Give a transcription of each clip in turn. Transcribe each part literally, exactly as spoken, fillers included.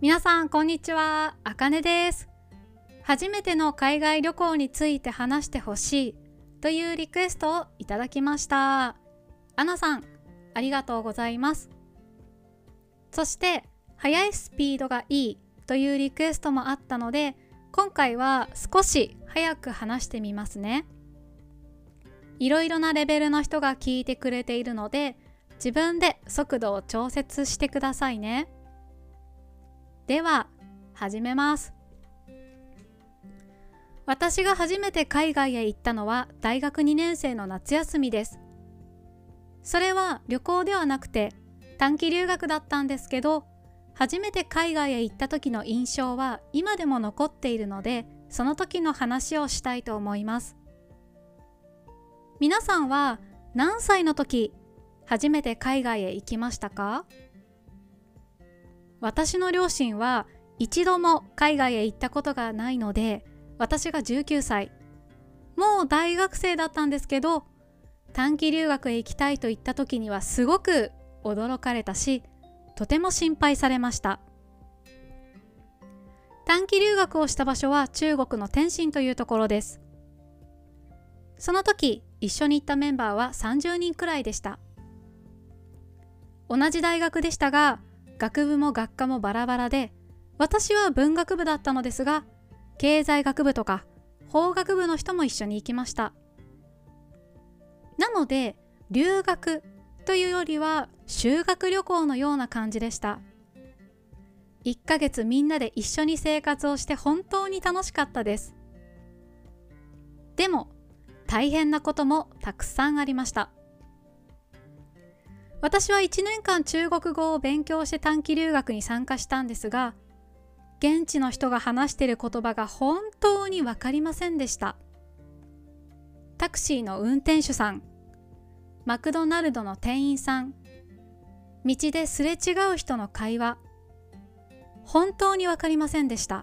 皆さんこんにちは、あかねです。初めての海外旅行について話してほしいというリクエストをいただきました。アナさん、ありがとうございます。そして速いスピードがいいというリクエストもあったので、今回は少し早く話してみますね。いろいろなレベルの人が聞いてくれているので、自分で速度を調節してくださいね。では始めます。私が初めて海外へ行ったのは大学にねん生の夏休みです。それは旅行ではなくて短期留学だったんですけど、初めて海外へ行った時の印象は今でも残っているので、その時の話をしたいと思います。皆さんは何歳の時初めて海外へ行きましたか？私の両親は一度も海外へ行ったことがないので、私がじゅうきゅうさい、もう大学生だったんですけど、短期留学へ行きたいと言った時にはすごく驚かれたし、とても心配されました。短期留学をした場所は中国の天津というところです。その時一緒に行ったメンバーはさんじゅうにんくらいでした。同じ大学でしたが、学部も学科もバラバラで、私は文学部だったのですが、経済学部とか法学部の人も一緒に行きました。なので留学というよりは修学旅行のような感じでした。いっかげつみんなで一緒に生活をして本当に楽しかったです。でも大変なこともたくさんありました。私はいちねんかん中国語を勉強して短期留学に参加したんですが、現地の人が話している言葉が本当に分かりませんでした。タクシーの運転手さん、マクドナルドの店員さん、道ですれ違う人の会話、本当に分かりませんでした。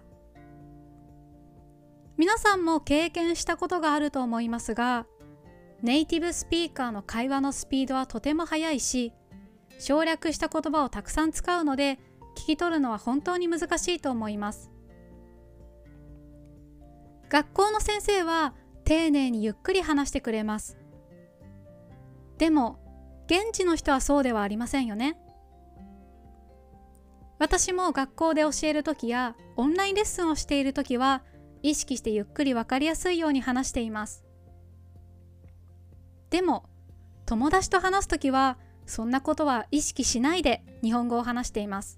皆さんも経験したことがあると思いますが、ネイティブスピーカーの会話のスピードはとても速いし、省略した言葉をたくさん使うので、聞き取るのは本当に難しいと思います。学校の先生は丁寧にゆっくり話してくれます。でも、現地の人はそうではありませんよね。私も学校で教えるときやオンラインレッスンをしているときは、意識してゆっくりわかりやすいように話しています。でも、友達と話すときは、そんなことは意識しないで日本語を話しています。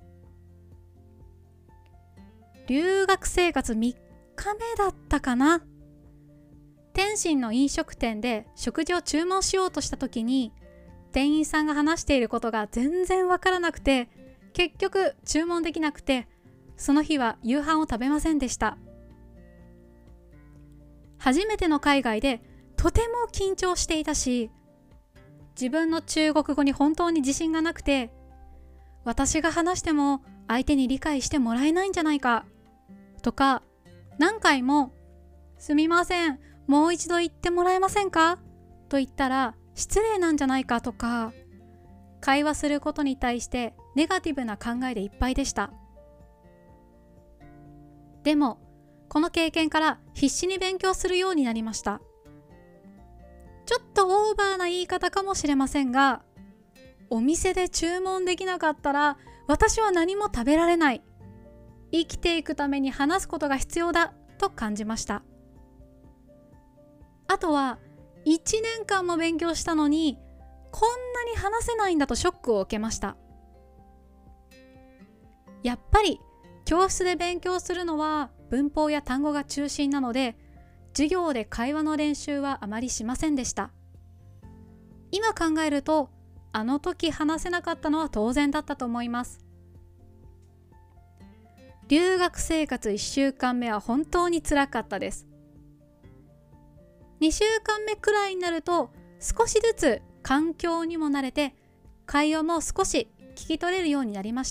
留学生活みっかめだったかな。天津の飲食店で食事を注文しようとしたときに、店員さんが話していることが全然わからなくて、結局注文できなくて、その日は夕飯を食べませんでした。初めての海外でとても緊張していたし、自分の中国語に本当に自信がなくて、私が話しても相手に理解してもらえないんじゃないかとか、何回もすみません、もう一度言ってもらえませんかと言ったら失礼なんじゃないかとか、会話することに対してネガティブな考えでいっぱいでした。でもこの経験から必死に勉強するようになりました。ちょっとオーバーな言い方かもしれませんが、お店で注文できなかったら私は何も食べられない。生きていくために話すことが必要だと感じました。あとはいちねんかんも勉強したのに、こんなに話せないんだとショックを受けました。やっぱり教室で勉強するのは文法や単語が中心なので、授業で会話の練習はあまりしませんでした。今考えると、あの時話せなかったのは当然だったと思います。留学生活いっしゅうかんめは本当につらかったです。にしゅうかんめくらいになると、少しずつ環境にも慣れて、会話も少し聞き取れるようになりました。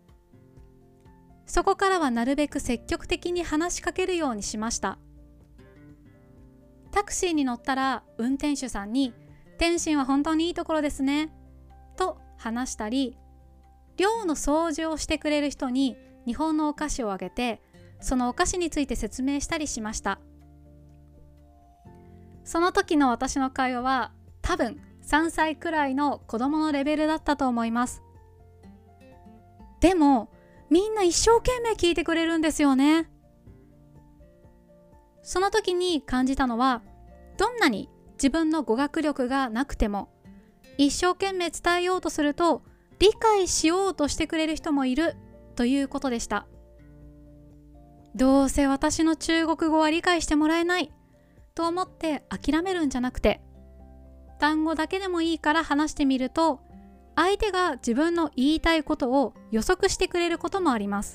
そこからはなるべく積極的に話しかけるようにしました。タクシーに乗ったら運転手さんに、天津は本当にいいところですねと話したり、寮の掃除をしてくれる人に日本のお菓子をあげて、そのお菓子について説明したりしました。その時の私の会話は多分さんさいくらいの子供のレベルだったと思います。でもみんな一生懸命聞いてくれるんですよね。その時に感じたのは、どんなに自分の語学力がなくても一生懸命伝えようとすると理解しようとしてくれる人もいるということでした。どうせ私の中国語は理解してもらえないと思って諦めるんじゃなくて、単語だけでもいいから話してみると、相手が自分の言いたいことを予測してくれることもあります。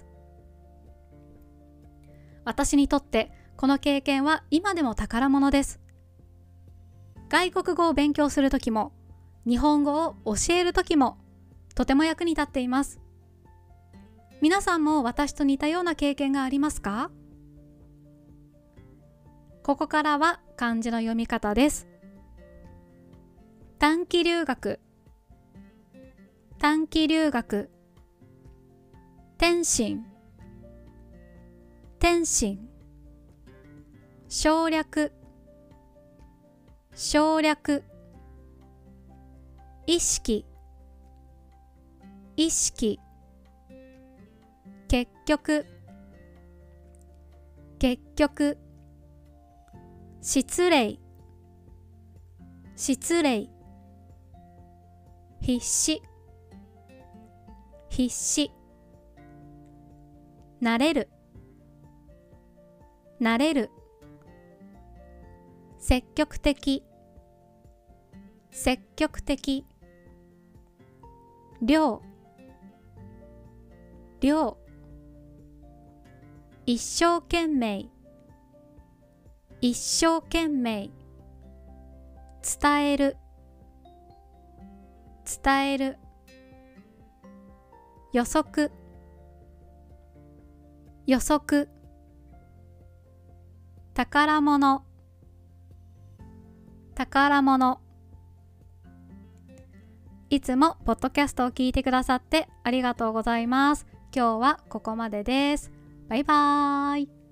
私にとってこの経験は今でも宝物です。外国語を勉強するときも、日本語を教えるときも、とても役に立っています。皆さんも私と似たような経験がありますか？ここからは漢字の読み方です。短期留学、短期留学、天津、天津、省略、省略、意識、意識、結局、結局、失礼、失礼、必死、必死、なれる、なれる、積極的、積極的、量、量、一生懸命、一生懸命、伝える、伝える、予測、予測、宝物、宝物。いつもポッドキャストを聞いてくださってありがとうございます。今日はここまでです。バイバーイ。